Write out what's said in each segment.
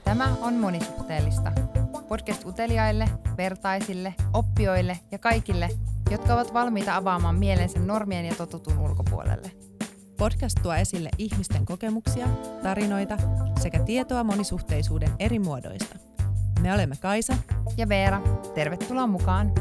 Tämä on Monisuhteellista. Podcast uteliaille, vertaisille, oppijoille ja kaikille, jotka ovat valmiita avaamaan mielensä normien ja totutun ulkopuolelle. Podcast tuo esille ihmisten kokemuksia, tarinoita sekä tietoa monisuhteisuuden eri muodoista. Me olemme Kaisa ja Veera. Tervetuloa mukaan!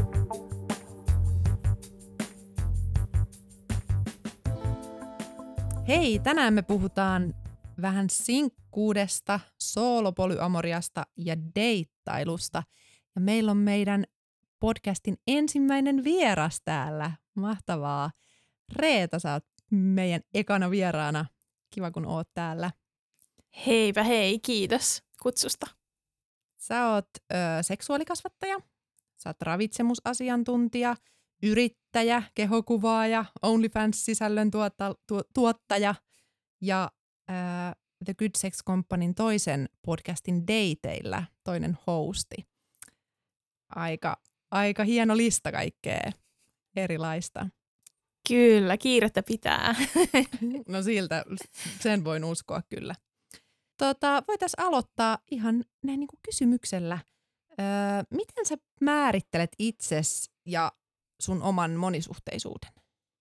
Hei, tänään me puhutaan vähän sinkkuudesta, soolopolyamoriasta ja deittailusta. Ja meillä on meidän podcastin ensimmäinen vieras täällä. Mahtavaa. Reeta, sä oot meidän ekana vieraana. Kiva, kun oot täällä. Heipä hei, kiitos kutsusta. Sä oot seksuaalikasvattaja, sä oot ravitsemusasiantuntija, yrittäjä, kehokuvaaja, OnlyFans-sisällön tuottaja ja The Good Sex Companyn toisen podcastin Dateilla toinen hosti. Aika hieno lista kaikkea erilaista. Kyllä, kiirettä pitää. No siltä, sen voin uskoa kyllä. Voitaisiin aloittaa ihan näin niin kuin kysymyksellä. Miten sä määrittelet itsesi ja sun oman monisuhteisuuden?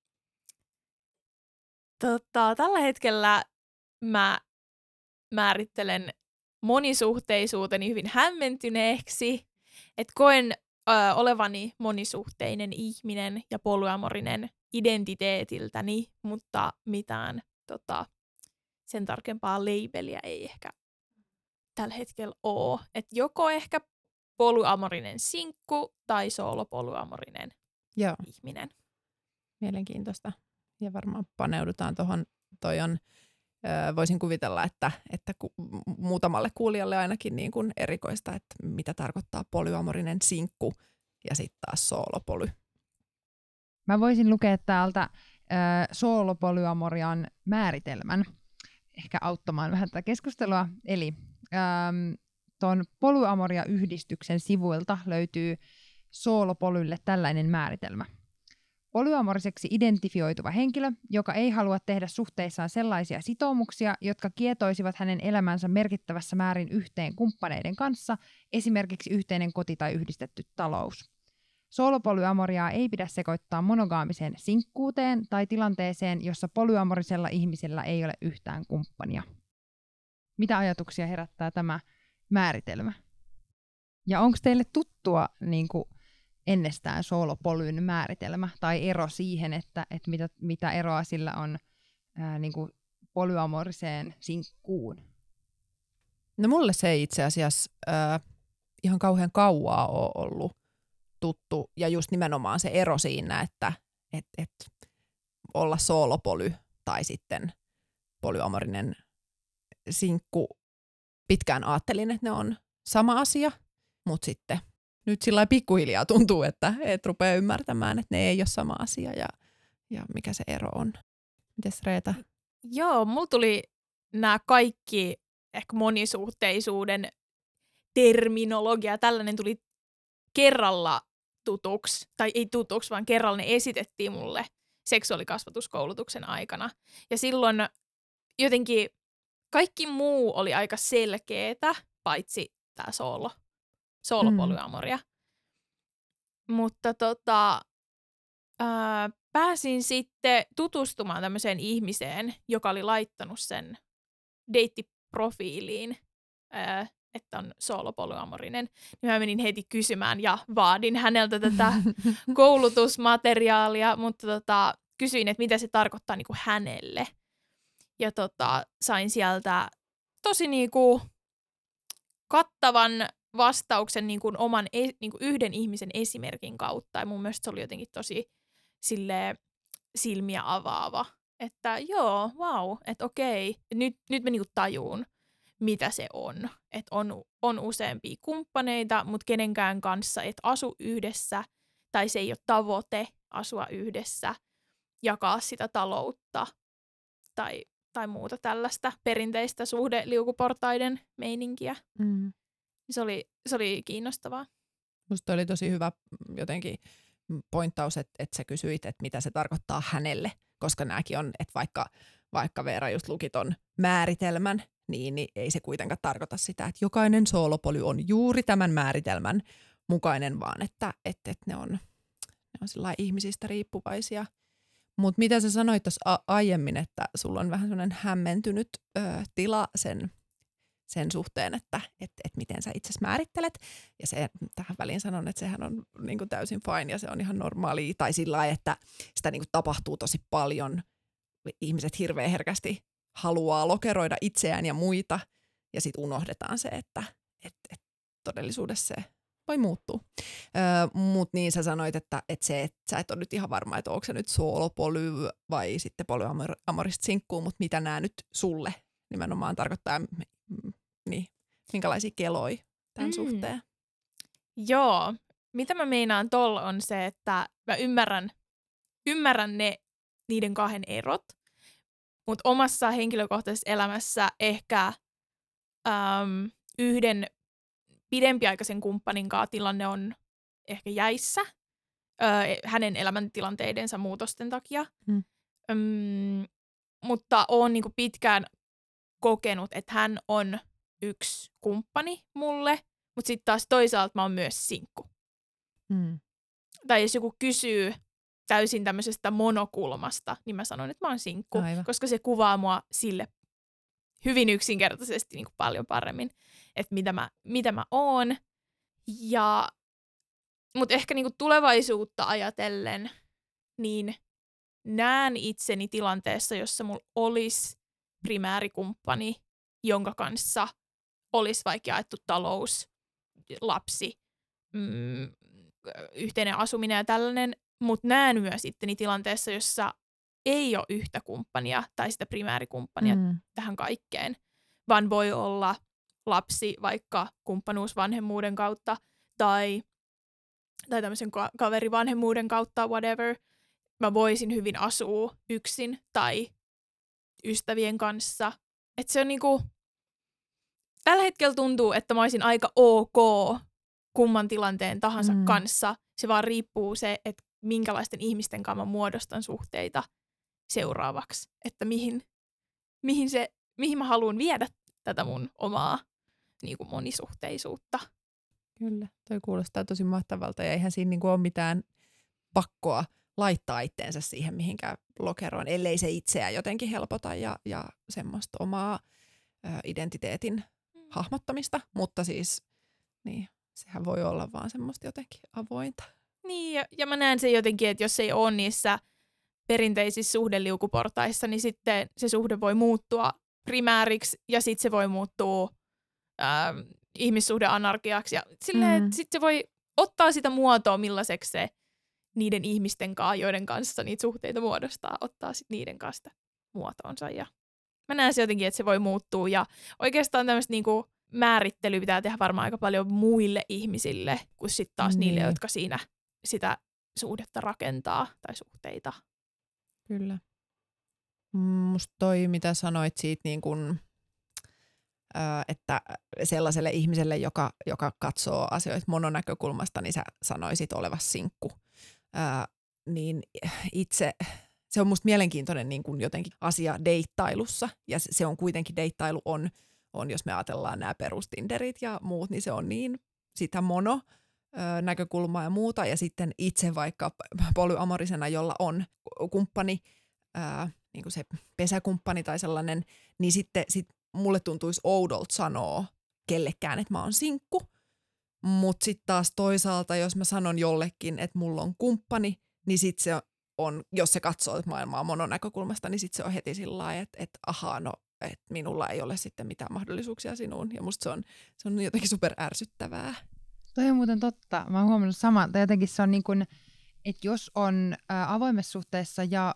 Tällä hetkellä mä määrittelen monisuhteisuuteni hyvin hämmentyneeksi, että koen olevani monisuhteinen ihminen ja polyamorinen identiteetiltäni, mutta mitään sen tarkempaa labeliä ei ehkä tällä hetkellä ole. Että joko ehkä polyamorinen sinkku tai soolopolyamorinen ihminen. Mielenkiintoista. Ja varmaan paneudutaan tuohon. Voisin kuvitella, että muutamalle kuulijalle ainakin niin kuin erikoista, että mitä tarkoittaa polyamorinen sinkku ja sitten taas soolopoly. Mä voisin lukea täältä soolopolyamorian määritelmän, ehkä auttamaan vähän tätä keskustelua. Eli tuon polyamoria-yhdistyksen sivuilta löytyy soolopolylle tällainen määritelmä. Polyamoriseksi identifioituva henkilö, joka ei halua tehdä suhteissaan sellaisia sitoumuksia, jotka kietoisivat hänen elämänsä merkittävässä määrin yhteen kumppaneiden kanssa, esimerkiksi yhteinen koti tai yhdistetty talous. Soolopolyamoriaa ei pidä sekoittaa monogaamiseen sinkkuuteen tai tilanteeseen, jossa polyamorisella ihmisellä ei ole yhtään kumppania. Mitä ajatuksia herättää tämä määritelmä? Ja onko teille tuttua niin kuin ennestään soolopolyn määritelmä tai ero siihen, että mitä eroa sillä on niin kuin polyamoriseen sinkkuun? No mulle se ei itse asiassa ihan kauhean kauaa ole ollut tuttu ja just nimenomaan se ero siinä, että olla soolopoly tai sitten polyamorinen sinkku. Pitkään ajattelin, että ne on sama asia, mutta sitten nyt sillä lailla pikkuhiljaa tuntuu, että rupeaa ymmärtämään, että ne ei ole sama asia ja mikä se ero on. Mites Reeta? Joo, mulla tuli nämä kaikki ehkä monisuhteisuuden terminologia, tällainen tuli kerralla tutuksi, tai ei tutuksi, vaan kerralla ne esitettiin mulle seksuaalikasvatuskoulutuksen aikana. Ja silloin jotenkin kaikki muu oli aika selkeetä, paitsi tämä soolopolyamoria. Mutta pääsin sitten tutustumaan tämmöiseen ihmiseen, joka oli laittanut sen deittiprofiiliin, että on soolopolyamorinen. Niin mä menin heti kysymään ja vaadin häneltä tätä koulutusmateriaalia, mutta kysyin, että mitä se tarkoittaa niin kuin hänelle. Ja sain sieltä tosi niin kuin kattavan vastauksen niin kuin oman niin kuin yhden ihmisen esimerkin kautta. Ja mun mielestä se oli jotenkin tosi silmiä avaava. Että joo, vau, että okei. Nyt mä niin kuin tajuun, mitä se on. Että on useampia kumppaneita, mutta kenenkään kanssa et asu yhdessä. Tai se ei ole tavoite asua yhdessä, jakaa sitä taloutta tai muuta tällaista perinteistä suhdeliukuportaiden meininkiä. Se oli kiinnostavaa. Musta oli tosi hyvä jotenkin pointtaus, että sä kysyit, että mitä se tarkoittaa hänelle, koska nämäkin on, että vaikka Veera just luki ton määritelmän, niin ei se kuitenkaan tarkoita sitä, että jokainen soolopoly on juuri tämän määritelmän mukainen, vaan että ne on ihmisistä riippuvaisia. Mutta mitä sä sanoit tuossa aiemmin, että sulla on vähän sellainen hämmentynyt tila sen suhteen, että miten sä itse määrittelet. Ja se tähän väliin sanon, että sehän on niin kuin täysin fine ja se on ihan normaalia. Tai sillä lailla, että sitä niin kuin tapahtuu tosi paljon. Ihmiset hirveän herkästi haluaa lokeroida itseään ja muita. Ja sitten unohdetaan se, että todellisuudessa se voi muuttua. Mutta niin sä sanoit, että sä et ole nyt ihan varma, että onko se nyt soolopoly vai sitten polyamorista sinkkuu, mutta mitä nämä nyt sulle nimenomaan tarkoittaa, niin minkälaisia keloja tämän suhteen? Joo, mitä mä meinaan tolla on se, että mä ymmärrän niiden kahden erot, mutta omassa henkilökohtaisessa elämässä ehkä yhden pidempiaikaisen kumppanin kanssa tilanne on ehkä jäissä hänen elämäntilanteidensa muutosten takia. Mutta olen niinku pitkään kokenut, että hän on yksi kumppani mulle, mutta sitten taas toisaalta mä oon myös sinkku. Tai jos joku kysyy täysin tämmöisestä monokulmasta, niin mä sanon, että mä oon sinkku, koska se kuvaa mua sille hyvin yksinkertaisesti niin kuin paljon paremmin, että mitä mä oon. Mutta ehkä niin kuin tulevaisuutta ajatellen, niin näen itseni tilanteessa, jossa mulla olisi primäärikumppani, jonka kanssa olisi vaikka jaettu talous, lapsi, yhteinen asuminen ja tällainen, mutta näen myös itteni tilanteessa, jossa ei ole yhtä kumppania tai sitä primäärikumppania tähän kaikkeen, vaan voi olla lapsi vaikka kumppanuusvanhemmuuden kautta tai tämmöisen kaverivanhemmuuden kautta, whatever. Mä voisin hyvin asua yksin tai ystävien kanssa. Että se on niinku, tällä hetkellä tuntuu, että mä olisin aika ok kumman tilanteen tahansa kanssa. Se vaan riippuu se, että minkälaisten ihmisten kanssa mä muodostan suhteita seuraavaksi. Että mihin mä haluan viedä tätä mun omaa niinku monisuhteisuutta. Kyllä, toi kuulostaa tosi mahtavalta ja eihän siinä niinku ole mitään pakkoa laittaa itteensä siihen mihinkään lokeroon, ellei se itseä jotenkin helpota ja semmoista omaa identiteetin hahmottamista, mutta siis niin, sehän voi olla vaan semmoista jotenkin avointa. Niin, ja mä näen sen jotenkin, että jos ei ole niissä perinteisissä suhdeliukuportaissa, niin sitten se suhde voi muuttua primääriksi ja sitten se voi muuttua ihmissuhdeanarkiaksi ja silleen, sitten se voi ottaa sitä muotoa, millaiseksi se niiden ihmisten kanssa, joiden kanssa niitä suhteita muodostaa, ottaa sitten niiden kanssa muotoonsa. Ja mä näen se jotenkin, että se voi muuttua ja oikeastaan tämmöistä niinku määrittelyä pitää tehdä varmaan aika paljon muille ihmisille, kuin sitten taas niille, jotka siinä sitä suhdetta rakentaa tai suhteita. Kyllä. Musta toi, mitä sanoit siitä, niin kun, että sellaiselle ihmiselle, joka katsoo asioita mononäkökulmasta, niin sä sanoisit olevasi sinkku. Niin itse, se on musta mielenkiintoinen niin kun jotenkin asia deittailussa, ja se on kuitenkin, deittailu on jos me ajatellaan nämä perustinderit ja muut, niin se on niin sitä mono näkökulmaa ja muuta, ja sitten itse vaikka polyamorisena, jolla on kumppani, niin kuin se pesäkumppani tai sellainen, niin sitten mulle tuntuisi oudolta sanoa kellekään, että mä oon sinkku, mutta sitten taas toisaalta, jos mä sanon jollekin, että mulla on kumppani, niin sitten se on, jos se katsoo maailmaa mononäkökulmasta, niin sitten se on heti sillä lailla, että ahaa, no, että minulla ei ole sitten mitään mahdollisuuksia sinuun, ja musta se on jotenkin super ärsyttävää. Toi on muuten totta. Mä oon huomannut saman. Tai jotenkin se on niin kuin, että jos on avoimessa suhteessa ja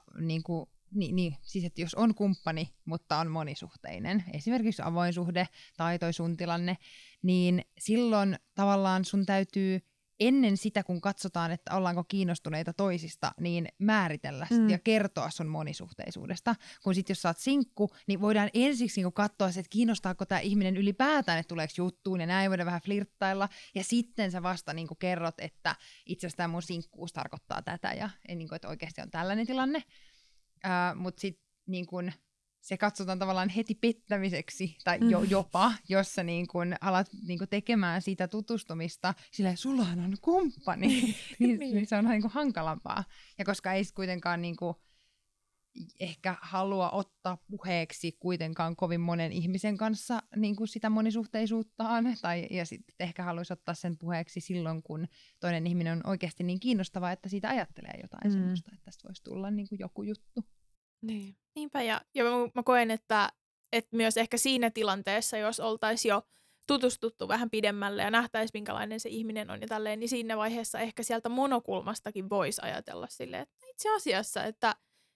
siis että jos on kumppani, mutta on monisuhteinen, esimerkiksi avoin suhde tai toi sun tilanne, niin silloin tavallaan sun täytyy ennen sitä, kun katsotaan, että ollaanko kiinnostuneita toisista, niin määritellä ja kertoa sun monisuhteisuudesta. Kun sit jos sä oot sinkku, niin voidaan ensiksi niin katsoa, että kiinnostaako tämä ihminen ylipäätään, että tuleeko juttuun ja näin voidaan vähän flirttailla. Ja sitten sä vasta niin kerrot, että itse asiassa tämä mun sinkkuus tarkoittaa tätä ja niin kuin, että oikeasti on tällainen tilanne. Mutta sitten niin se katsotaan tavallaan heti pettämiseksi, tai jopa, jos sä niin kun alat niin kun tekemään siitä tutustumista, silleen, sullahan on kumppani, niin se on niin kun hankalampaa. Ja koska ei kuitenkaan niin kun ehkä halua ottaa puheeksi kuitenkaan kovin monen ihmisen kanssa niin kuin sitä monisuhteisuuttaan, ja sitten ehkä haluaisi ottaa sen puheeksi silloin, kun toinen ihminen on oikeasti niin kiinnostava, että siitä ajattelee jotain semmoista, että tästä voisi tulla niin kuin joku juttu. Niin. Niinpä, ja mä koen, että myös ehkä siinä tilanteessa, jos oltaisiin jo tutustuttu vähän pidemmälle ja nähtäisiin, minkälainen se ihminen on ja tälleen, niin siinä vaiheessa ehkä sieltä monokulmastakin voisi ajatella silleen, että itse asiassa, että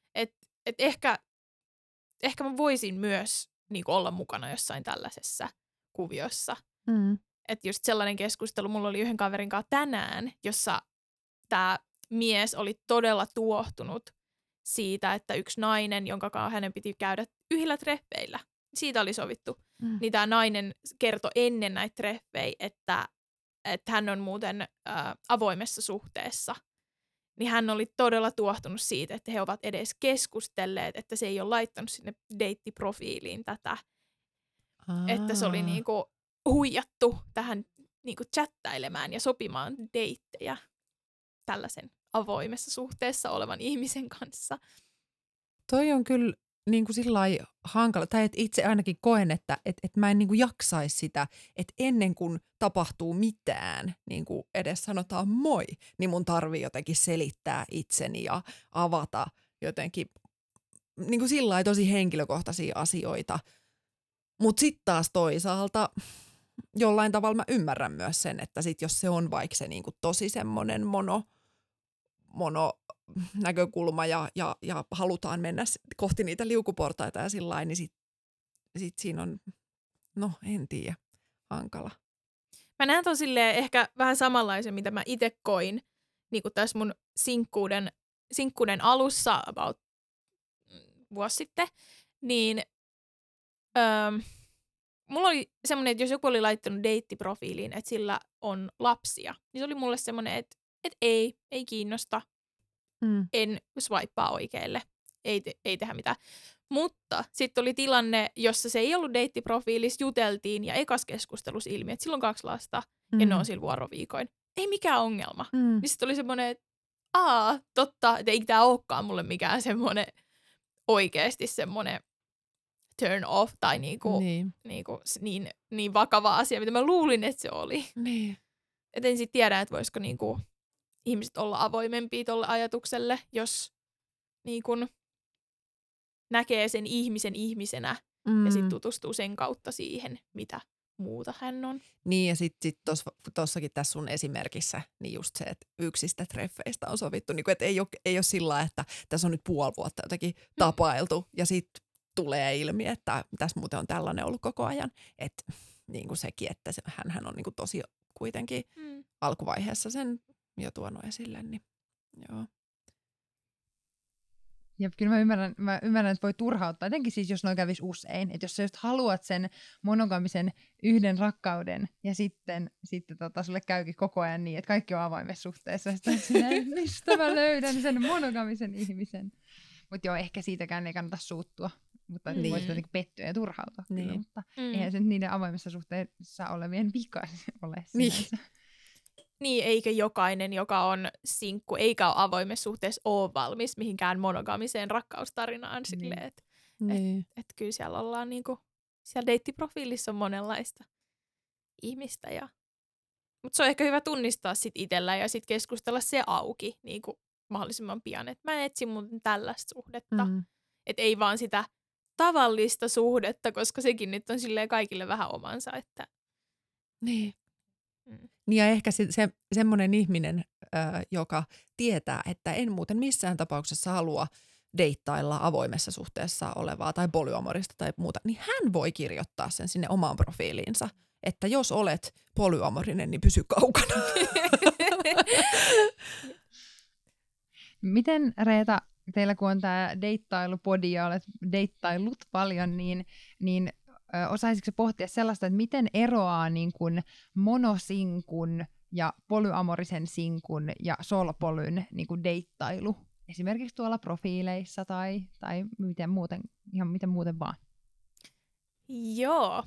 ehkä mä voisin myös niin kuin olla mukana jossain tällaisessa kuviossa. Että just sellainen keskustelu mulla oli yhden kaverin kanssa tänään, jossa tämä mies oli todella tuohtunut siitä, että yksi nainen, jonka kanssa hänen piti käydä yhdellä treffeillä, siitä oli sovittu, niin tämä nainen kertoi ennen näitä treffejä, että hän on muuten avoimessa suhteessa. Niin hän oli todella tuohtunut siitä, että he ovat edes keskustelleet, että se ei ole laittanut sinne deittiprofiiliin tätä. Että se oli niinku huijattu tähän niinku chattailemaan ja sopimaan deittejä tällaisen avoimessa suhteessa olevan ihmisen kanssa. Toi on kyllä niin kuin sillai hankala, tai että itse ainakin koen, että mä en niin kuin jaksaisi sitä, että ennen kuin tapahtuu mitään, niin kuin edes sanotaan moi, niin mun tarvii jotenkin selittää itseni ja avata jotenkin niin kuin sillai tosi henkilökohtaisia asioita. Mutta sitten taas toisaalta jollain tavalla mä ymmärrän myös sen, että sit jos se on vaikka se niin kuin tosi semmoinen mono näkökulma ja halutaan mennä kohti niitä liukuportaita ja sillain, niin sit siinä on, no en tiedä, hankala. Mä näen ton silleen ehkä vähän samanlaisen, mitä mä itse koin niin kuin tässä mun sinkkuuden alussa about vuosi sitten, niin mulla oli semmoinen, että jos joku oli laittanut deittiprofiiliin, että sillä on lapsia, niin se oli mulle semmoinen, että ei kiinnosta. En swipea oikealle, ei tehdä mitään. Mutta sitten oli tilanne, jossa se ei ollut deittiprofiilissa, juteltiin ja ekas keskustelussa ilmi, että sillä on 2 lasta ja ne on sillä vuoroviikoin. Ei mikään ongelma. Niin sitten oli semmoinen, että totta, että ei tämä olekaan mulle mikään semmoinen oikeasti semmoinen turn off tai niin vakava asia, mitä mä luulin, että se oli. Niin. Et en sitten tiedä, että voisiko niinku ihmiset olla avoimempia tolle ajatukselle, jos niinku näkee sen ihmisen ihmisenä ja sitten tutustuu sen kautta siihen, mitä muuta hän on. Niin ja sitten tossakin tässä sun esimerkissä, niin just se, että yksistä treffeistä on sovittu, niin että ei ole sillä, että tässä on nyt puoli vuotta jotenkin tapailtu ja sitten tulee ilmi, että tässä muuten on tällainen ollut koko ajan. Että niin kuin sekin, että hänhän on niin kuin tosi kuitenkin alkuvaiheessa sen jo tuonut esille, niin joo. Ja kyllä mä ymmärrän, että voi turhauttaa, etenkin siis jos noin kävisi usein. Että jos sä just haluat sen monogamisen yhden rakkauden ja sitten sulle käykin koko ajan niin, että kaikki on avoimessa suhteessa. Ja sitten mistä mä löydän sen monogamisen ihmisen. Mutta joo, ehkä siitäkään ei kannata suuttua. Mutta voisi jotenkin pettyä ja turhautua. Kyllä, mutta eihän se niiden avoimessa suhteessa olevien vika ole sinänsä. Niin, eikä jokainen, joka on sinkku, eikä ole avoimessa suhteessa, ole valmis mihinkään monogamiseen rakkaustarinaan. Silleen, että et kyllä siellä ollaan niinku, siellä deittiprofiilissa on monenlaista ihmistä. Mutta se on ehkä hyvä tunnistaa sit itsellä ja sit keskustella se auki niinku mahdollisimman pian, että mä etsin mun tällaista suhdetta. Että ei vaan sitä tavallista suhdetta, koska sekin nyt on silleen kaikille vähän omansa. Että niin. Niin ja ehkä semmoinen ihminen, joka tietää, että en muuten missään tapauksessa halua deittailla avoimessa suhteessa olevaa tai polyamorista tai muuta, niin hän voi kirjoittaa sen sinne omaan profiiliinsa, että jos olet polyamorinen, niin pysy kaukana. Miten, Reeta, teillä kun on tämä deittailupodi ja olet deittaillut paljon, niin osaisitko pohtia sellaista, että miten eroaa niin kuin monosinkun ja polyamorisen sinkun ja solopolyn niin kuin deittailu? Esimerkiksi tuolla profiileissa tai miten muuten ihan miten muuten vaan? Joo.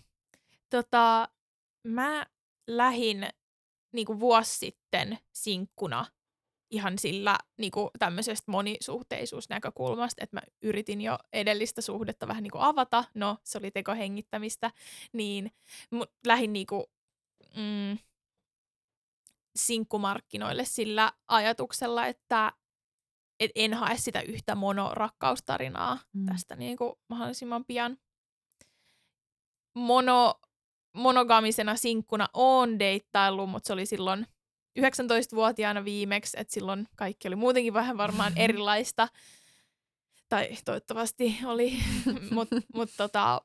Mä lähdin niinku vuosi sitten sinkkuna ihan sillä niinku tämmöisestä monisuhteisuusnäkökulmasta, että mä yritin jo edellistä suhdetta vähän niinku avata, no se oli tekohengittämistä, niin lähdin niinku sinkkumarkkinoille sillä ajatuksella, että en hae sitä yhtä monorakkaustarinaa tästä niinku mahdollisimman pian. Monogamisena sinkkuna oon deittaillut, mutta se oli silloin 19-vuotiaana viimeksi, että silloin kaikki oli muutenkin vähän varmaan erilaista. Tai toivottavasti oli, mutta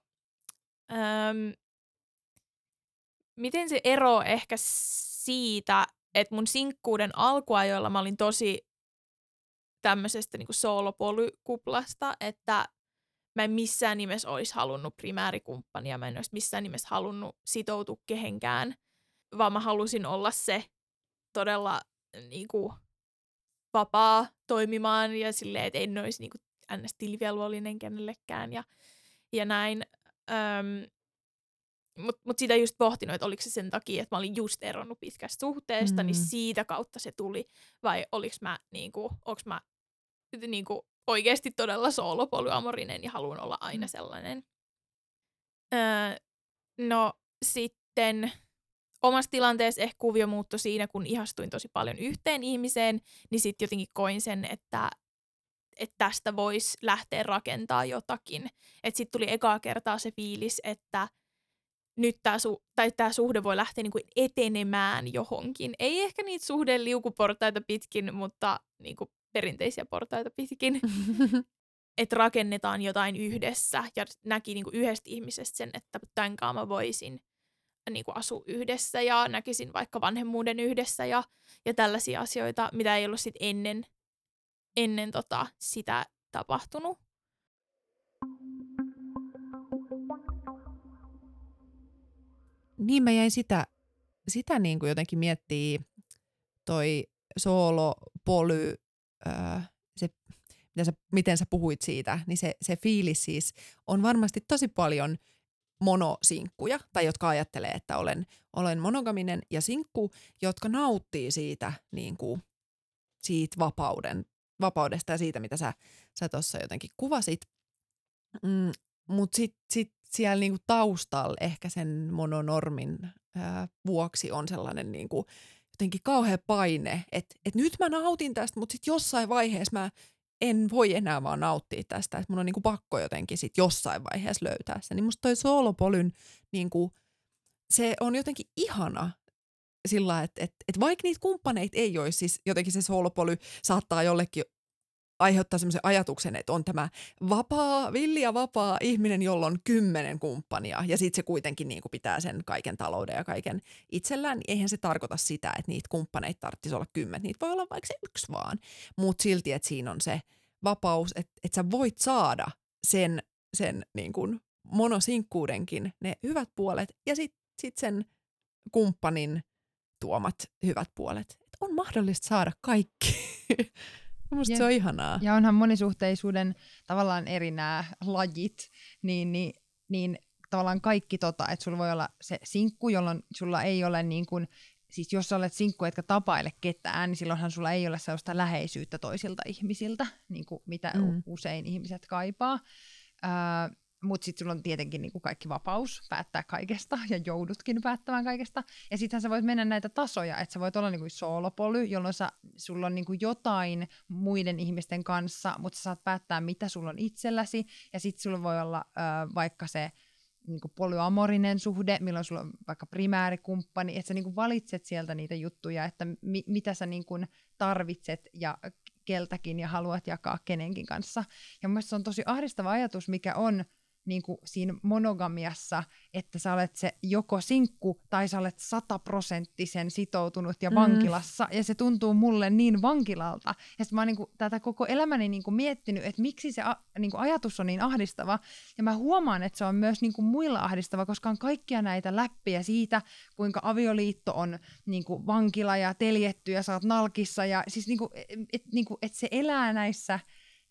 miten se ero ehkä siitä, että mun sinkkuuden alkuajoilla mä olin tosi tämmöisestä niinku soolopolykuplasta, että mä en missään nimessä olisi halunnut primäärikumppania, mä en olisi missään nimessä halunnut sitoutua kehenkään, vaan mä halusin olla se todella niinku vapaa toimimaan ja silleen, että en olisi niinku ns-tilivelvollinen kenellekään ja näin. Mut sitä just pohtinut, että oliko se sen takia, että mä olin just eronnut pitkästä suhteesta, niin siitä kautta se tuli, vai onko mä oikeasti todella soolopolyamorinen ja haluan olla aina sellainen. No sitten omassa tilanteessa ehkä kuvio muuttui siinä, kun ihastuin tosi paljon yhteen ihmiseen, niin sitten jotenkin koin sen, että tästä voisi lähteä rakentaa jotakin. Että sitten tuli ekaa kertaa se fiilis, että nyt tämä suhde voi lähteä niinku etenemään johonkin. Ei ehkä niitä suhden liukuportaita pitkin, mutta niinku perinteisiä portaita pitkin. Että rakennetaan jotain yhdessä ja näki niinku yhdestä ihmisestä sen, että tämän kanssa mä voisin niinku asua yhdessä ja näkisin vaikka vanhemmuuden yhdessä ja tällaisia asioita, mitä ei ollut sit ennen sitä tapahtunut. Niin mä jäin sitä niin kuin jotenkin miettii toi soolopoly, se, miten sä puhuit siitä, niin se fiilis siis on varmasti tosi paljon monosinkkuja, tai jotka ajattelee, että olen monogaminen ja sinkku, jotka nauttii siitä, niin kuin, siitä vapaudesta ja siitä, mitä sä tuossa jotenkin kuvasit. Mutta sit siellä niinku taustalla ehkä sen mononormin vuoksi on sellainen niinku jotenkin kauhea paine, että nyt mä nautin tästä, mutta sitten jossain vaiheessa mä en voi enää vaan nauttia tästä, että mun on niinku pakko jotenkin sit jossain vaiheessa löytää se. Niin musta toi soolopolyn, niinku, se on jotenkin ihana sillä, että vaikka niitä kumppaneita ei olisi, siis jotenkin se soolopoly saattaa jollekin aiheuttaa semmoisen ajatuksen, että on tämä villi ja vapaa ihminen, jolla on 10 kumppania ja sitten se kuitenkin niin kuin pitää sen kaiken talouden ja kaiken itsellään, niin eihän se tarkoita sitä, että niitä kumppaneita tarvitsisi olla 10, niitä voi olla vaikka se yksi vaan, mutta silti, että siinä on se vapaus, että sä voit saada sen niin kuin monosinkkuudenkin ne hyvät puolet ja sit sen kumppanin tuomat hyvät puolet. Et on mahdollista saada kaikki. Musta se on ihanaa. Ja onhan monisuhteisuuden tavallaan eri nämä lajit, niin tavallaan kaikki että sulla voi olla se sinkku, jolloin sulla ei ole niin kuin, siis jos sä olet sinkku, etkä tapaile ketään, niin silloinhan sulla ei ole sellaista läheisyyttä toisilta ihmisiltä, niin kuin mitä usein ihmiset kaipaa. Mutta sitten sulla on tietenkin niinku kaikki vapaus päättää kaikesta ja joudutkin päättämään kaikesta. Ja sittenhän sä voit mennä näitä tasoja, että sä voit olla niinku soolopoly, jolloin sulla on niinku jotain muiden ihmisten kanssa, mutta sä saat päättää, mitä sulla on itselläsi. Ja sitten sulla voi olla vaikka se niinku polyamorinen suhde, milloin sulla on vaikka primäärikumppani, että sä niinku valitset sieltä niitä juttuja, että mitä sä niinku tarvitset ja keltäkin ja haluat jakaa kenenkin kanssa. Ja mun mielestä se on tosi ahdistava ajatus, mikä on niin kuin siinä monogamiassa, että sä olet se joko sinkku tai sä olet 100% sitoutunut ja vankilassa, ja se tuntuu mulle niin vankilalta. Ja sitten mä oon niin kuin tätä koko elämäni niin kuin miettinyt, että miksi se niin kuin ajatus on niin ahdistava, ja mä huomaan, että se on myös niin kuin muilla ahdistava, koska on kaikkia näitä läppiä siitä, kuinka avioliitto on niin kuin vankila ja teljetty ja sä oot nalkissa, ja siis että se elää näissä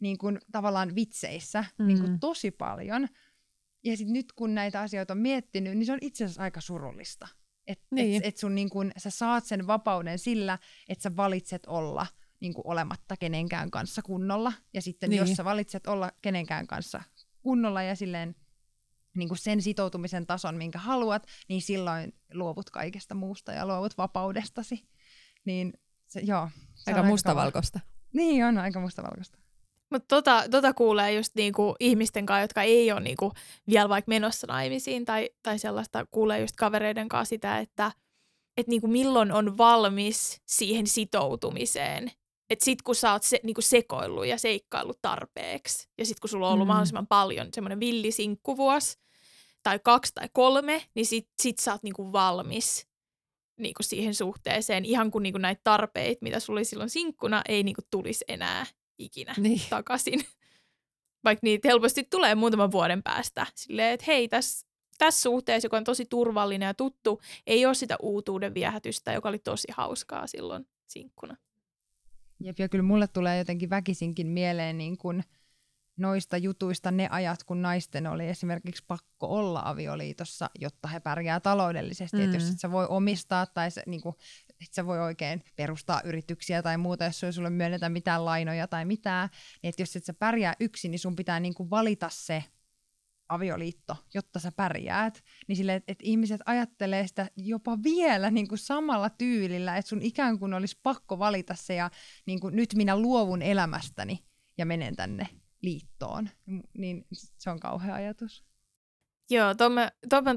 niin kuin, tavallaan vitseissä niin kuin, tosi paljon. Ja sitten nyt kun näitä asioita on miettinyt, niin se on itse asiassa aika surullista. Että Niin. et sun, niin kun, sä saat sen vapauden sillä, että sä valitset olla niin kun, olematta kenenkään kanssa kunnolla. Ja sitten jos sä valitset olla kenenkään kanssa kunnolla ja silleen niin kun sen sitoutumisen tason, minkä haluat, niin silloin luovut kaikesta muusta ja luovut vapaudestasi. Niin se, joo, se aika on mustavalkoista. Niin on, aika mustavalkoista. Mutta tota kuulee just niinku ihmisten kanssa, jotka ei ole niinku vielä vaikka menossa naimisiin tai sellaista, kuulee just kavereiden kanssa sitä, että niinku milloin on valmis siihen sitoutumiseen. Että sit kun sä oot niinku sekoillut ja seikkaillut tarpeeksi ja sit kun sulla on ollut mahdollisimman paljon semmoinen villisinkkuvuosi tai 2 tai 3, niin sit sä oot niinku valmis niinku siihen suhteeseen. Ihan kun niinku näitä tarpeita, mitä sulla oli silloin sinkkuna, ei niinku tulisi enää ikinä takaisin. Vaikka niitä helposti tulee muutaman vuoden päästä. Silleen, että hei, tässä suhteessa, joka on tosi turvallinen ja tuttu, ei ole sitä uutuuden viehätystä, joka oli tosi hauskaa silloin sinkkuna. Jep, ja kyllä mulle tulee jotenkin väkisinkin mieleen niin kun noista jutuista ne ajat, kun naisten oli esimerkiksi pakko olla avioliitossa, jotta he pärjää taloudellisesti. Että jos et sä voi omistaa tai niinku, et sä voi oikein perustaa yrityksiä tai muuta, jos sulle myönnetään mitään lainoja tai mitään, niin että jos et sä pärjää yksin, niin sun pitää niinku valita se avioliitto, jotta sä pärjäät. Niin silleen, että ihmiset ajattelee sitä jopa vielä niinku samalla tyylillä, että sun ikään kuin olisi pakko valita se ja niinku, nyt minä luovun elämästäni ja menen tänne liittoon, niin se on kauhea ajatus. Joo, tuon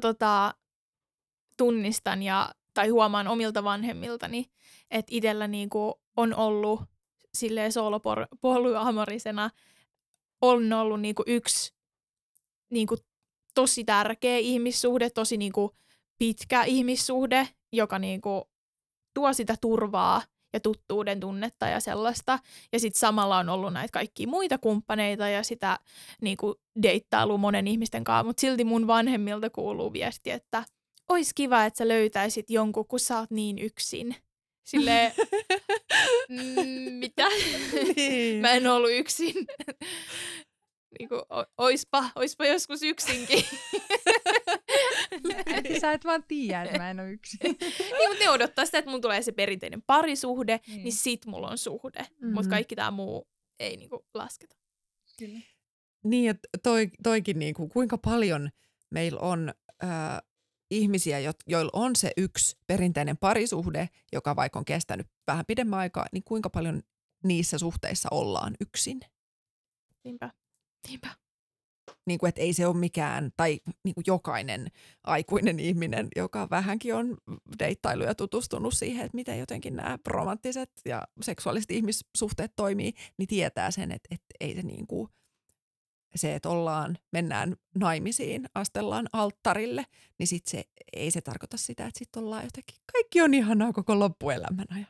tunnistan tai huomaan omilta vanhemmiltani, että itsellä niinku on ollut silleen soolopolyamorisena on ollut niinku yksi niinku tosi tärkeä ihmissuhde, tosi niinku pitkä ihmissuhde, joka niinku tuo sitä turvaa ja tuttuuden tunnetta ja sellaista. Ja sitten samalla on ollut näitä kaikkia muita kumppaneita ja sitä niinku deittailua monen ihmisten kanssa, mutta silti mun vanhemmilta kuuluu viesti, että ois kiva, että sä löytäisit jonkun, kun sä oot niin yksin. Silleen, mitä? Niin. Mä en ollut yksin. Niinku, oispa joskus yksinkin. Sä et vaan tiedä, että mä en ole yksin. Niin, mutta ne odottaa sitä, että mun tulee se perinteinen parisuhde, niin sit mulla on suhde. Mutta kaikki tää muu ei niinku lasketa. Kyllä. Niin, että toikin niinku, kuinka paljon meillä on ihmisiä, joilla on se yksi perinteinen parisuhde, joka vaikka on kestänyt vähän pidemmän aikaa, niin kuinka paljon niissä suhteissa ollaan yksin? Niinpä. Niin kuin, että ei se ole mikään, tai niin kuin jokainen aikuinen ihminen, joka vähänkin on deittailu ja tutustunut siihen, että miten jotenkin nämä romanttiset ja seksuaaliset ihmissuhteet toimii, niin tietää sen, että ei se niin kuin se, että mennään naimisiin, astellaan alttarille, niin sit ei se tarkoita sitä, että sitten ollaan jotenkin, kaikki on ihanaa koko loppuelämän ajan.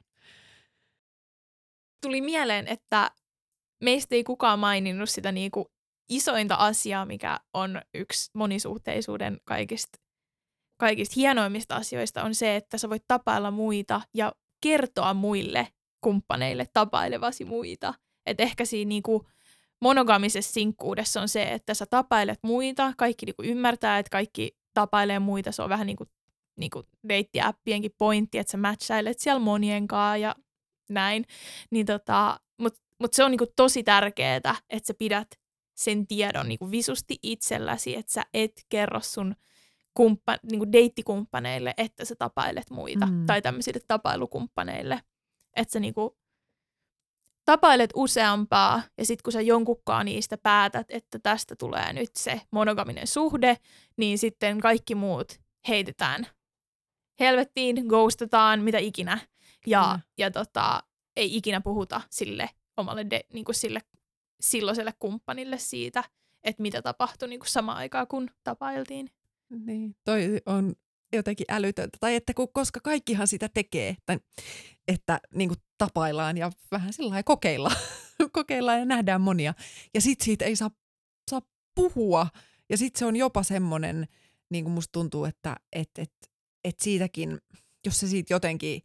Tuli mieleen, että meistä ei kukaan maininnut sitä niinku isointa asiaa, mikä on yksi monisuhteisuuden kaikista hienoimmista asioista, on se, että sä voit tapailla muita ja kertoa muille kumppaneille tapailevasi muita. Et ehkä siinä niinku monogamisessa sinkkuudessa on se, että sä tapailet muita, kaikki niinku ymmärtää, että kaikki tapailee muita, se on vähän niinku deittiäppienkin pointti, että sä matchailet siellä monien kanssa ja näin. Niin mutta se on niinku tosi tärkeää, että sä pidät sen tiedon niinku visusti itselläsi, että sä et kerro sun niinku deittikumppaneille, että sä tapailet muita tai tämmöisille tapailukumppaneille. Että sä niinku tapailet useampaa ja sit kun sä jonkunkaan niistä päätät, että tästä tulee nyt se monogaminen suhde, niin sitten kaikki muut heitetään helvettiin, ghostataan, mitä ikinä. Ja ei ikinä puhuta sille omalle niinku sille silloiselle kumppanille siitä, että mitä tapahtui niinku samaan aikaan, kun tapailtiin. Niin, toi on jotenkin älytöntä. Tai että koska kaikkihan sitä tekee, että niin kuin tapaillaan ja vähän sillä kokeillaan ja nähdään monia. Ja sit siitä ei saa puhua. Ja sit se on jopa semmoinen, niin kuin musta tuntuu, että siitäkin, jos se siitä jotenkin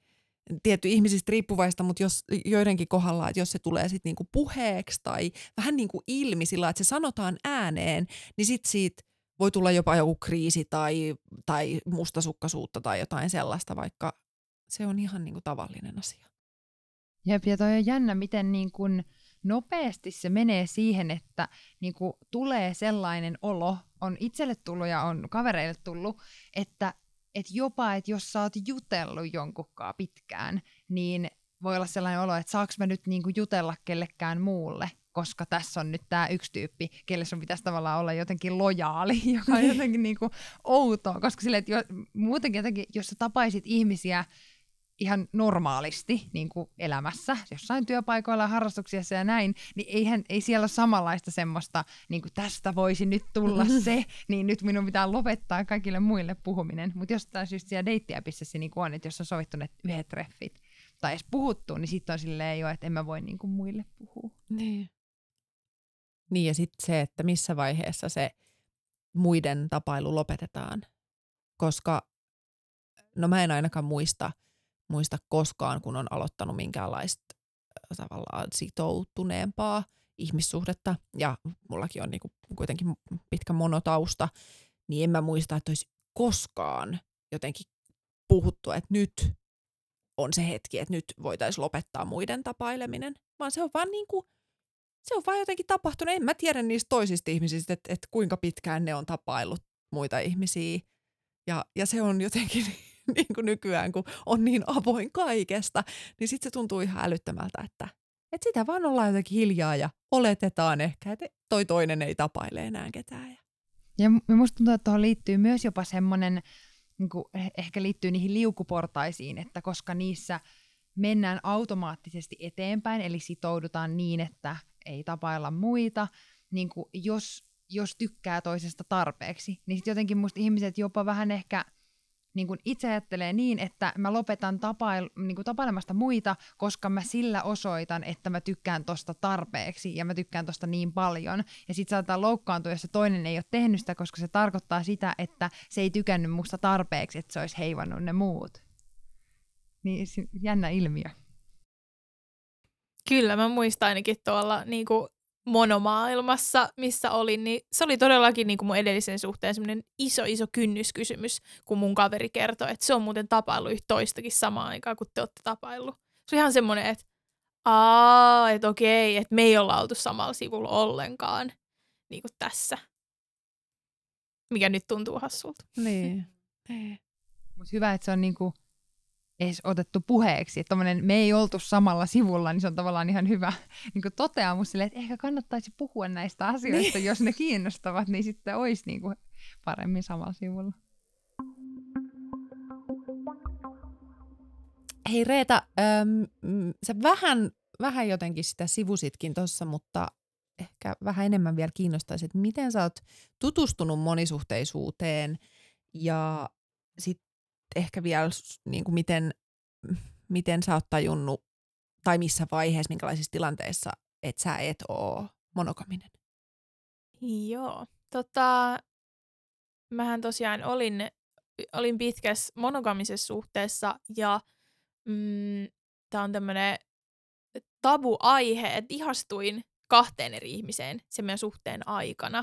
tietty ihmisistä riippuvaista, mutta jos joidenkin kohdalla, että jos se tulee sitten niinku puheeksi tai vähän niinku ilmi sillä, että se sanotaan ääneen, niin sitten siitä voi tulla jopa joku kriisi tai mustasukkaisuutta tai jotain sellaista, vaikka se on ihan niinku tavallinen asia. Jep, ja toi on jännä, miten niin kun nopeasti se menee siihen, että niin kun tulee sellainen olo, on itselle tullut ja on kavereille tullut, että jopa, että jos sä oot jutellut jonkunkaan pitkään, niin voi olla sellainen olo, että saaks mä nyt niin kun jutella kellekään muulle, koska tässä on nyt tää yksi tyyppi, kelle sun pitäisi tavallaan olla jotenkin lojaali, joka on jotenkin niin kuin outoa, koska silleen, että muutenkin jotenkin, jos sä tapaisit ihmisiä ihan normaalisti niin kuin elämässä, jossain työpaikoilla ja harrastuksissa ja näin, niin ei siellä ole samanlaista semmoista, niin kuin tästä voisi nyt tulla se, niin nyt minun pitää lopettaa kaikille muille puhuminen. Mutta jos taas just siellä deittiäpissässä niin on, että jos on sovittu ne yhdet treffit tai edes puhuttu, niin sitten on silleen jo, että en mä voi niin kuin muille puhua. Niin ja sitten se, että missä vaiheessa se muiden tapailu lopetetaan, koska no mä en ainakaan muista koskaan, kun on aloittanut minkäänlaista tavallaan sitoutuneempaa ihmissuhdetta, ja mullakin on niinku kuitenkin pitkä monotausta, niin en mä muista, että olisi koskaan jotenkin puhuttu, että nyt on se hetki, että nyt voitaisiin lopettaa muiden tapaileminen, vaan se on vaan niinku, se on vaan jotenkin tapahtunut. En mä tiedä niistä toisista ihmisistä, että kuinka pitkään ne on tapaillut muita ihmisiä, ja se on jotenkin niin kuin nykyään, kun on niin avoin kaikesta, niin sitten se tuntuu ihan älyttömältä, että sitä vaan ollaan jotenkin hiljaa ja oletetaan ehkä, että toi toinen ei tapaile enää ketään. Ja musta tuntuu, että tuohon liittyy myös jopa semmoinen, niin kuin ehkä liittyy niihin liukuportaisiin, että koska niissä mennään automaattisesti eteenpäin, eli sitoudutaan niin, että ei tapailla muita, niin kuin jos tykkää toisesta tarpeeksi, niin sitten jotenkin musta ihmiset jopa vähän ehkä niin kun itse ajattelee niin, että mä lopetan tapailemasta muita, koska mä sillä osoitan, että mä tykkään tosta tarpeeksi ja mä tykkään tosta niin paljon. Ja sit saattaa loukkaantua, jos se toinen ei ole tehnyt sitä, koska se tarkoittaa sitä, että se ei tykännyt musta tarpeeksi, että se olisi heivannut ne muut. Niin jännä ilmiö. Kyllä, mä muistan ainakin tuolla niinku monomaailmassa, missä olin, niin se oli todellakin niin kuin mun edellisen suhteen semmoinen iso kynnyskysymys, kun mun kaveri kertoi, että se on muuten tapaillut yhtä toistakin samaan aikaan, kun te olette tapaillut. Se on ihan semmoinen, että että okei, että me ei olla oltu samalla sivulla ollenkaan, niin kuin tässä. Mikä nyt tuntuu hassulta. Niin. Mutta hyvä, että se on niinku edes otettu puheeksi, että me ei oltu samalla sivulla, niin se on tavallaan ihan hyvä niin toteamus sille, että ehkä kannattaisi puhua näistä asioista, niin. Jos ne kiinnostavat, niin sitten olisi niin kuin paremmin samalla sivulla. Hei Reeta, sä vähän jotenkin sitä sivusitkin tuossa, mutta ehkä vähän enemmän vielä kiinnostaisi, että miten sä oot tutustunut monisuhteisuuteen ja sitten ehkä vielä niin kuin miten sä oot tajunnut tai missä vaiheessa, minkälaisissa tilanteissa, että sä et oo monogaminen? Joo, mähän tosiaan olin pitkässä monogamisessa suhteessa ja tää on tämmönen tabuaihe, että ihastuin 2 eri ihmiseen sen meidän suhteen aikana.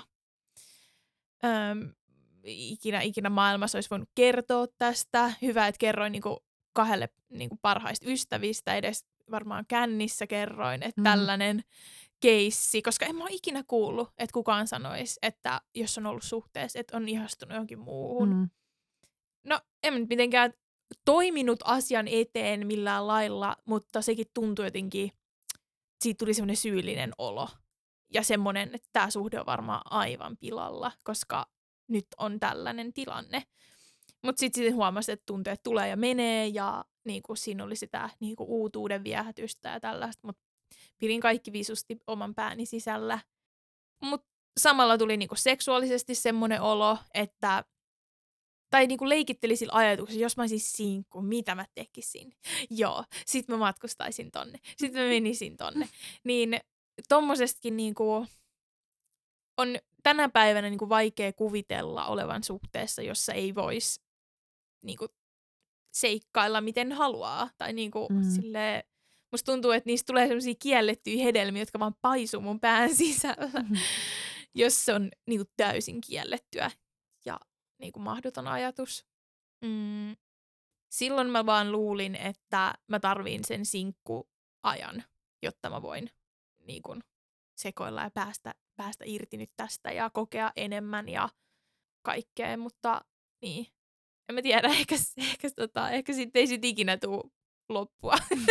Ikinä maailmassa olisi voinut kertoa tästä. Hyvä, että kerroin niinku 2 niinku parhaista ystävistä, edes varmaan kännissä kerroin, että tällainen keissi, koska en mä ole ikinä kuullut, että kukaan sanoisi, että jos on ollut suhteessa, että on ihastunut johonkin muuhun. No, en nyt mitenkään toiminut asian eteen millään lailla, mutta sekin tuntui jotenkin, siitä tuli semmoinen syyllinen olo. Ja semmoinen, että tämä suhde on varmaan aivan pilalla, koska nyt on tällainen tilanne. Mutta sitten huomasin, että tunteet tulee ja menee ja niinku, siinä oli sitä niinku, uutuuden viehätystä ja tällaista, mutta pidin kaikki visusti oman pääni sisällä. Mutta samalla tuli niinku, seksuaalisesti semmoinen olo, että tai niinku leikittelin sillä ajatuksella, jos mä olisin sinkku, mitä mä tekisin? Joo, sit mä matkustaisin tonne, sit mä menisin tonne. Niin tommosestakin niinku on tänä päivänä niinku vaikea kuvitella olevan suhteessa, jossa ei voisi niinku seikkailla miten haluaa. Tai niinku silleen, musta tuntuu, että niistä tulee sellaisia kiellettyjä hedelmiä, jotka vaan paisuu mun pään sisällä, jos se on niinku täysin kiellettyä ja niinku mahdoton ajatus. Silloin mä vaan luulin, että mä tarviin sen sinkkuajan, jotta mä voin niinku sekoilla ja päästä irti nyt tästä ja kokea enemmän ja kaikkea, mutta niin. En mä tiedä, ehkä sitten ei sit ikinä tule loppua.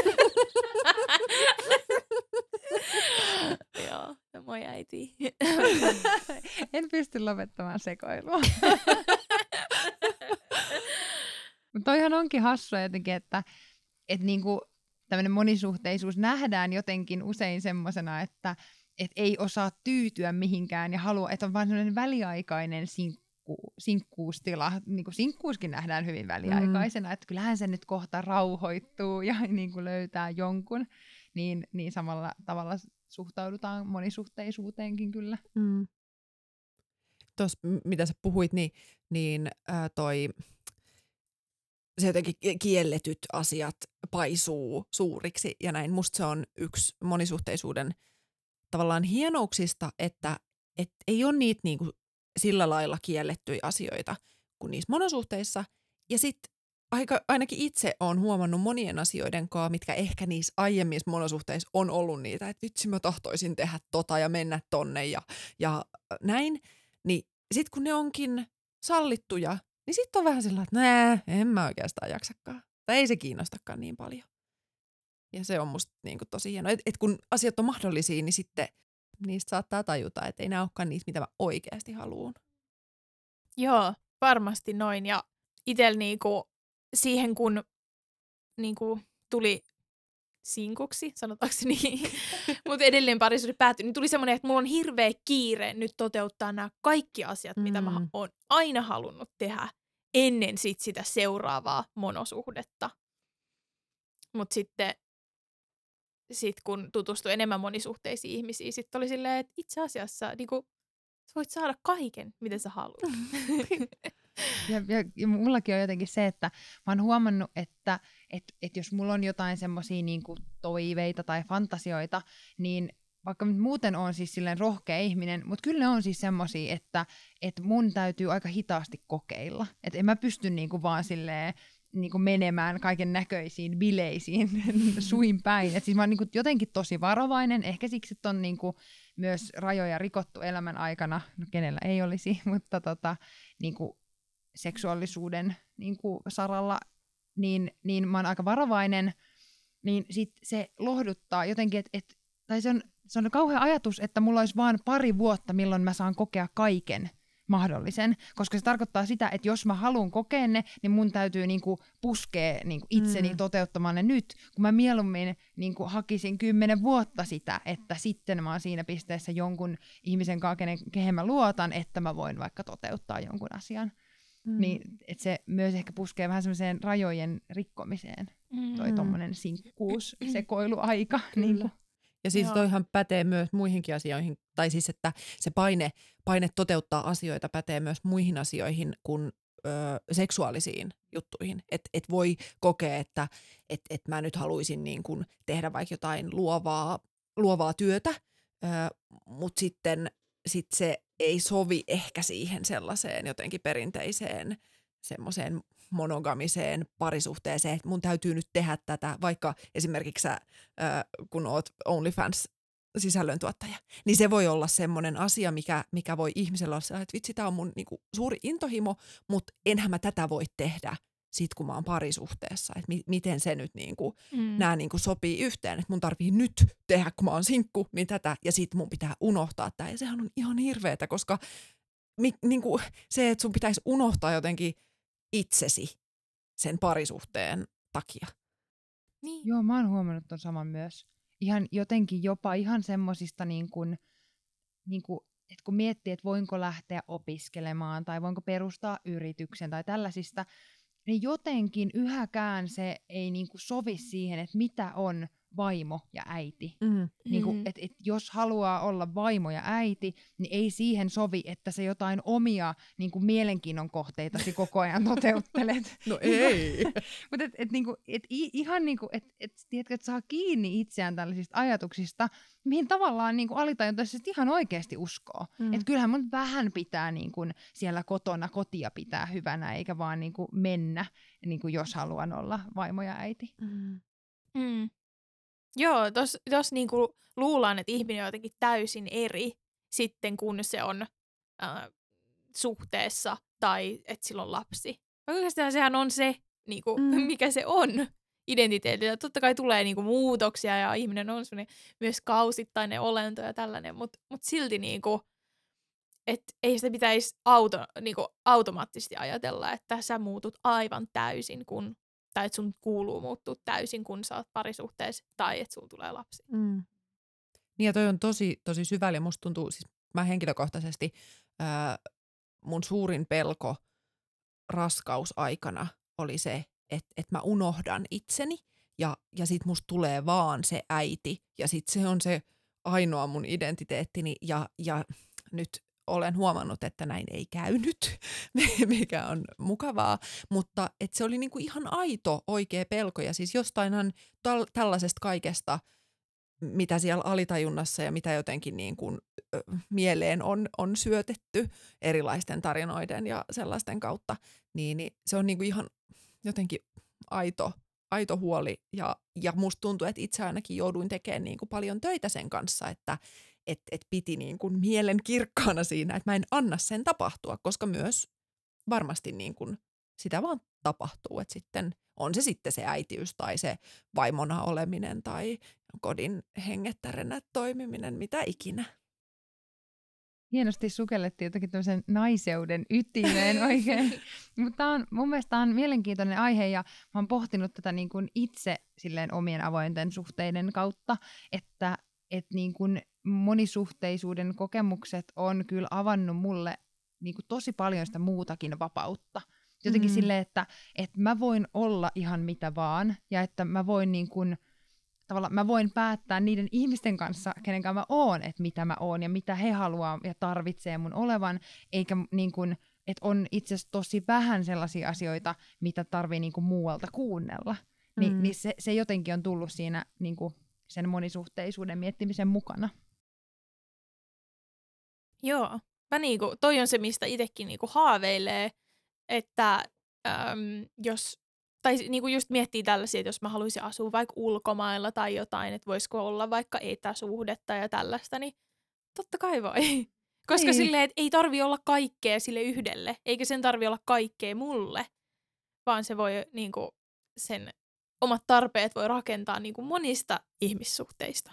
Joo, ja moi äiti. En pysty lopettamaan sekoilua. Mutta toihan onkin hassua jotenkin, että niinku tämmöinen monisuhteisuus nähdään jotenkin usein semmosena, että ei osaa tyytyä mihinkään ja haluaa, että on vain sellainen väliaikainen sinkkuustila. Niin kuin sinkkuuskin nähdään hyvin väliaikaisena, että kyllähän se nyt kohta rauhoittuu ja niin kuin löytää jonkun. Niin samalla tavalla suhtaudutaan monisuhteisuuteenkin kyllä. Tuossa, mitä sä puhuit, niin toi se jotenkin kielletyt asiat paisuu suuriksi ja näin. Musta se on yksi monisuhteisuuden tavallaan hienouksista, että ei ole niitä niinku sillä lailla kiellettyjä asioita kuin niissä monosuhteissa. Ja sitten ainakin itse olen huomannut monien asioiden kanssa, mitkä ehkä niissä aiemmissa monosuhteissa on ollut niitä, että vitsi mä tahtoisin tehdä tota ja mennä tonne ja näin. Niin sitten kun ne onkin sallittuja, niin sitten on vähän sillä, että en mä oikeastaan jaksakaan. Tai ei se kiinnostakaan niin paljon. Ja se on musta niinku tosi hienoa. Et kun asiat on mahdollisia, niin sitten niistä saattaa tajuta, että ei nämä olekaan niitä, mitä mä oikeasti haluan. Joo, varmasti noin. Ja itsellä niinku siihen, kun niinku tuli sinkuksi, sanotaanko niin, mutta edelleen parisuhde päättyi, niin tuli semmoinen, että mulla on hirveä kiire nyt toteuttaa nämä kaikki asiat, mitä mä oon aina halunnut tehdä ennen sitä seuraavaa monosuhdetta. Mutta sitten kun tutustui enemmän monisuhteisiin ihmisiin, sitten oli silleen, että itse asiassa niinku, sä voit saada kaiken, mitä sä haluat. Ja mullakin on jotenkin se, että mä oon huomannut, että jos mulla on jotain semmosia niinku toiveita tai fantasioita, niin vaikka muuten on siis silleen rohkea ihminen, mutta kyllä ne on siis semmosia, että mun täytyy aika hitaasti kokeilla. Että en mä pysty niinku vaan silleen niinku menemään kaiken näköisiin bileisiin suin päin. Et siis mä oon niinku jotenkin tosi varovainen, ehkä siksi, että on niinku myös rajoja rikottu elämän aikana, no kenellä ei olisi, mutta niinku seksuaalisuuden niinku saralla, niin mä oon aika varovainen, niin sit se lohduttaa jotenkin, tai se on kauhea ajatus, että mulla olisi vaan pari vuotta, milloin mä saan kokea kaiken mahdollisen, koska se tarkoittaa sitä, että jos mä haluan kokea ne, niin mun täytyy niinku puskea niinku itseni toteuttamaan ne nyt, kun mä mieluummin niinku hakisin 10 vuotta sitä, että sitten mä oon siinä pisteessä jonkun ihmisen kanssa, kehen mä luotan, että mä voin vaikka toteuttaa jonkun asian. Niin, että se myös ehkä puskee vähän semmoiseen rajojen rikkomiseen, toi tommonen sinkkuus, sekoiluaika. Niin ja siis toihan pätee myös muihinkin asioihin, tai siis että se paine toteuttaa asioita pätee myös muihin asioihin kuin seksuaalisiin juttuihin. Et voi kokea, että mä nyt haluaisin niin kun tehdä vaikka jotain luovaa työtä, mutta sitten se ei sovi ehkä siihen sellaiseen jotenkin perinteiseen semmoiseen monogamiseen parisuhteeseen, että mun täytyy nyt tehdä tätä, vaikka esimerkiksi sä, kun oot OnlyFans-sisällöntuottaja, niin se voi olla semmoinen asia, mikä voi ihmisellä olla sellainen, että vitsi, tää on mun niinku suuri intohimo, mutta enhän mä tätä voi tehdä sit, kun mä oon parisuhteessa, että miten se nyt niinku, nää niinku sopii yhteen, että mun tarvii nyt tehdä, kun mä oon sinkku, niin tätä, ja sit mun pitää unohtaa tää, ja sehän on ihan hirveetä, koska niinku, se, että sun pitäisi unohtaa jotenkin itsesi sen parisuhteen takia. Niin. Joo, mä oon huomannut ton saman myös. Ihan jotenkin jopa ihan semmosista niinku, että kun miettii, että voinko lähteä opiskelemaan tai voinko perustaa yrityksen tai tällaisista, niin jotenkin yhäkään se ei niinku sovi siihen, että mitä on vaimo ja äiti. Mm. Niinku, et jos haluaa olla vaimo ja äiti, niin ei siihen sovi, että sä jotain omia niinku, mielenkiinnon kohteitasi koko ajan toteuttelet. No ei. Mutta ihan niinku, tiedätkö, että saa kiinni itseään tällaisista ajatuksista, mihin tavallaan niinku, alitajuntaisesti ihan oikeasti uskoo. Että kyllähän mun vähän pitää niinku, siellä kotona kotia pitää hyvänä, eikä vaan niinku, mennä, niinku, jos haluan olla vaimo ja äiti. Joo, tos niinku luullaan, että ihminen on jotenkin täysin eri sitten, kun se on suhteessa tai että sillä on lapsi. Oikeastaan sehän on se, niinku, mikä se on identiteetillä. Totta kai tulee niinku muutoksia ja ihminen on myös kausittainen olento ja tällainen, mutta silti niinku, että ei sitä pitäisi niinku automaattisesti ajatella, että sä muutut aivan täysin, tai että sun kuuluu muuttua täysin, kun sä oot parisuhteessa, tai että sulla tulee lapsi. Niin ja toi on tosi, tosi syvällä, ja musta tuntuu, siis mä henkilökohtaisesti, mun suurin pelko raskausaikana oli se, että mä unohdan itseni, ja sit musta tulee vaan se äiti, ja sit se on se ainoa mun identiteettini, ja nyt olen huomannut, että näin ei käynyt, mikä on mukavaa, mutta et se oli niinku ihan aito oikea pelko, ja siis jostainhan tällaisesta kaikesta, mitä siellä alitajunnassa ja mitä jotenkin niin kuin, mieleen on syötetty erilaisten tarinoiden ja sellaisten kautta, niin se on niin kuin ihan jotenkin aito huoli, ja musta tuntuu, että itse ainakin jouduin tekemään niin kuin paljon töitä sen kanssa, että piti niin kuin mielen kirkkaana siinä, että mä en anna sen tapahtua, koska myös varmasti niin kuin sitä vaan tapahtuu, että sitten on se sitten se äitiys tai se vaimona oleminen tai kodin hengettäränä toimiminen, mitä ikinä. Hienosti sukellettiin jotenkin tämmöisen naiseuden ytimeen oikein. Mutta mun mielestä tämä on mielenkiintoinen aihe, ja mä oon pohtinut tätä niin kuin itse silleen omien avointen suhteiden kautta, että niin kuin monisuhteisuuden kokemukset on kyllä avannut mulle niin kuin tosi paljon sitä muutakin vapautta. Jotenkin silleen, että mä voin olla ihan mitä vaan, ja että mä voin niin kuin, tavallaan mä voin päättää niiden ihmisten kanssa, kenen kanssa mä oon, että mitä mä oon ja mitä he haluaa ja tarvitsee mun olevan, eikä niin kuin, että on itse asiassa tosi vähän sellaisia asioita, mitä tarvii niin kuin muualta kuunnella. Niin se jotenkin on tullut siinä niin kuin sen monisuhteisuuden miettimisen mukana. Joo, mä niinku, toi on se, mistä itsekin niinku haaveilee, että jos, tai niinku just miettii tällaisia, että jos mä haluaisin asua vaikka ulkomailla tai jotain, että voisiko olla vaikka etäsuhdetta ja tällaista, niin totta kai voi. Koska silleen, että ei tarvi olla kaikkea sille yhdelle, eikä sen tarvi olla kaikkea mulle, vaan se voi niinku, sen omat tarpeet voi rakentaa niinku monista ihmissuhteista.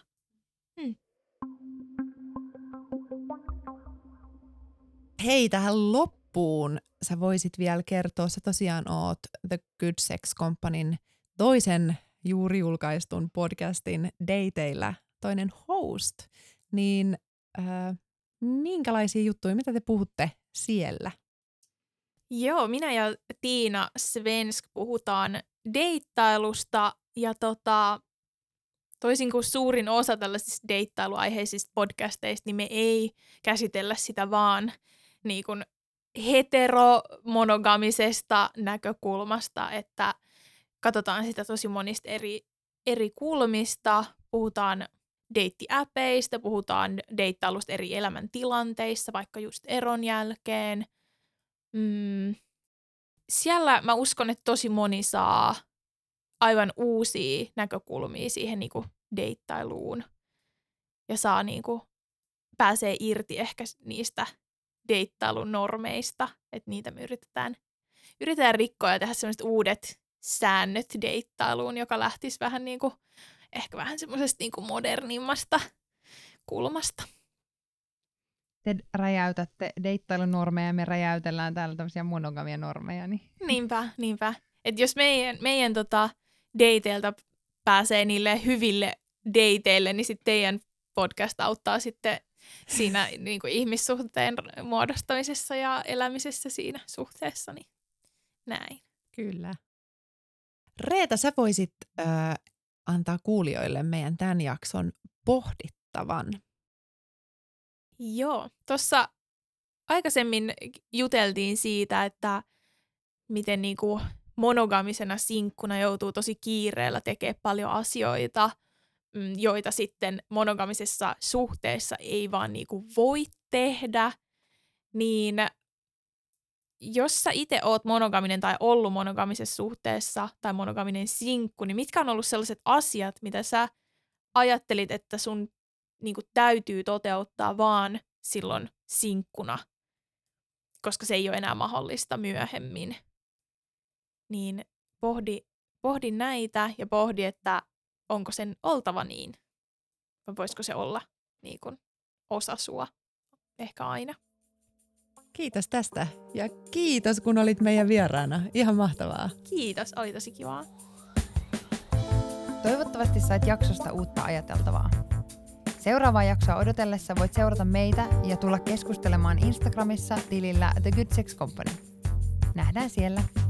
Hei, tähän loppuun sä voisit vielä kertoa, sä tosiaan oot The Good Sex Companyn toisen juuri julkaistun podcastin Dateilla toinen host, niin minkälaisia juttuja, mitä te puhutte siellä? Joo, minä ja Tiina Svensk puhutaan deittailusta, ja toisin kuin suurin osa tällaisista deittailuaiheisista podcasteista, niin me ei käsitellä sitä vaan niin kuin heteromonogamisesta näkökulmasta, että katsotaan sitä tosi monista eri kulmista, puhutaan deittiäpeistä, puhutaan deittailusta eri elämäntilanteissa, vaikka just eron jälkeen. Siellä mä uskon, että tosi moni saa aivan uusia näkökulmia siihen niinku deittailuun ja saa niinku, pääsee irti ehkä niistä deittailun normeista, että niitä me yritetään rikkoa ja tehdä sellaiset uudet säännöt deittailuun, joka lähtisi vähän niinku, ehkä vähän semmoisesta niinku modernimmasta kulmasta. Te räjäytätte deittailunormeja ja me räjäytellään täällä tämmöisiä monogamia normeja. Niin. Niinpä. Että jos meidän dateilta pääsee niille hyville dateille, niin sitten teidän podcast auttaa sitten siinä niin kuin ihmissuhteen muodostamisessa ja elämisessä siinä suhteessa. Niin näin. Kyllä. Reeta, sä voisit antaa kuulijoille meidän tämän jakson pohdittavan? Joo, tuossa aikaisemmin juteltiin siitä, että miten niinku monogamisena sinkkuna joutuu tosi kiireellä tekemään paljon asioita, joita sitten monogamisessa suhteessa ei vaan niinku voi tehdä, niin jos sä itse oot monogaminen tai ollut monogamisessa suhteessa tai monogaminen sinkku, niin mitkä on ollut sellaiset asiat, mitä sä ajattelit, että sun niinku täytyy toteuttaa vaan silloin sinkkuna, koska se ei ole enää mahdollista myöhemmin. Niin pohdi näitä ja pohdi, että onko sen oltava niin. Vai voisiko se olla niin kuin osa sua ehkä aina. Kiitos tästä ja kiitos kun olit meidän vieraana. Ihan mahtavaa. Kiitos, oli tosi kivaa. Toivottavasti sait jaksosta uutta ajateltavaa. Seuraavaa jaksoa odotellessa voit seurata meitä ja tulla keskustelemaan Instagramissa tilillä The Good Sex Company. Nähdään siellä.